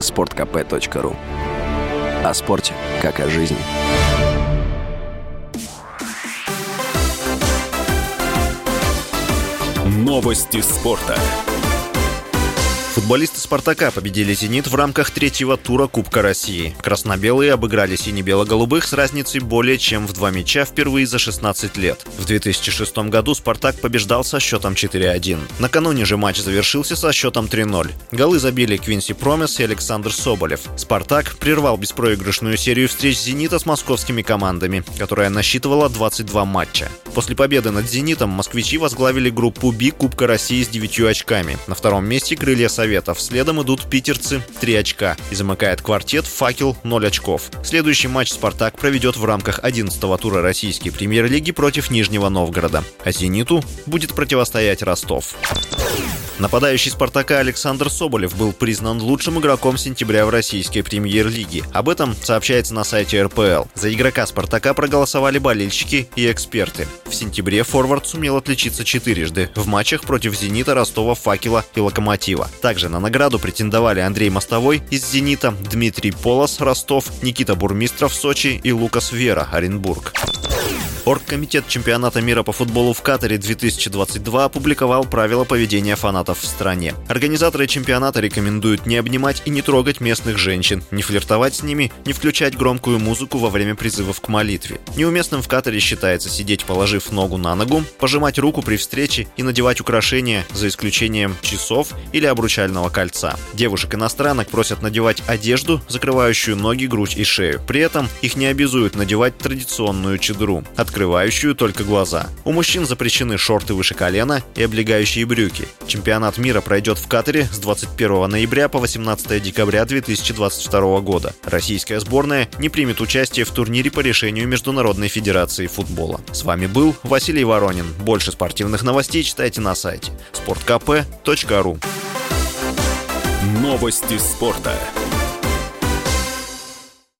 sportkp.ru. О спорте, как о жизни. Новости спорта. Футболисты «Спартака» победили «Зенит» в рамках третьего тура Кубка России. Красно-белые обыграли сине-бело-голубых с разницей более чем в 2 мяча впервые за 16 лет. В 2006 году «Спартак» побеждал со счетом 4-1. Накануне же матч завершился со счетом 3-0. Голы забили Квинси Промес и Александр Соболев. «Спартак» прервал беспроигрышную серию встреч «Зенита» с московскими командами, которая насчитывала 22 матча. После победы над «Зенитом» москвичи возглавили группу «Б» Кубка России с 9 очками. На втором месте «Крылья Советов». Следом идут питерцы 3 очка и замыкает квартет «Факел» 0 очков. Следующий матч «Спартак» проведет в рамках 11-го тура российской премьер-лиги против Нижнего Новгорода, а «Зениту» будет противостоять Ростов. Нападающий «Спартака» Александр Соболев был признан лучшим игроком сентября в российской премьер-лиге. Об этом сообщается на сайте РПЛ. За игрока «Спартака» проголосовали болельщики и эксперты. В сентябре форвард сумел отличиться 4-жды в матчах против «Зенита», Ростова, «Факела» и «Локомотива». Также на награду претендовали Андрей Мостовой из «Зенита», Дмитрий Полос, Ростов, Никита Бурмистров, Сочи и Лукас Вера, Оренбург. Оргкомитет чемпионата мира по футболу в Катаре 2022 опубликовал правила поведения фанатов в стране. Организаторы чемпионата рекомендуют не обнимать и не трогать местных женщин, не флиртовать с ними, не включать громкую музыку во время призывов к молитве. Неуместным в Катаре считается сидеть, положив ногу на ногу, пожимать руку при встрече и надевать украшения, за исключением часов или обручального кольца. Девушек-иностранок просят надевать одежду, закрывающую ноги, грудь и шею. При этом их не обязуют надевать традиционную чадру, открывающую только глаза. У мужчин запрещены шорты выше колена и облегающие брюки. Чемпионат мира пройдет в Катаре с 21 ноября по 18 декабря 2022 года. Российская сборная не примет участие в турнире по решению Международной федерации футбола. С вами был Василий Воронин. Больше спортивных новостей читайте на сайте sportkp.ru. Новости спорта.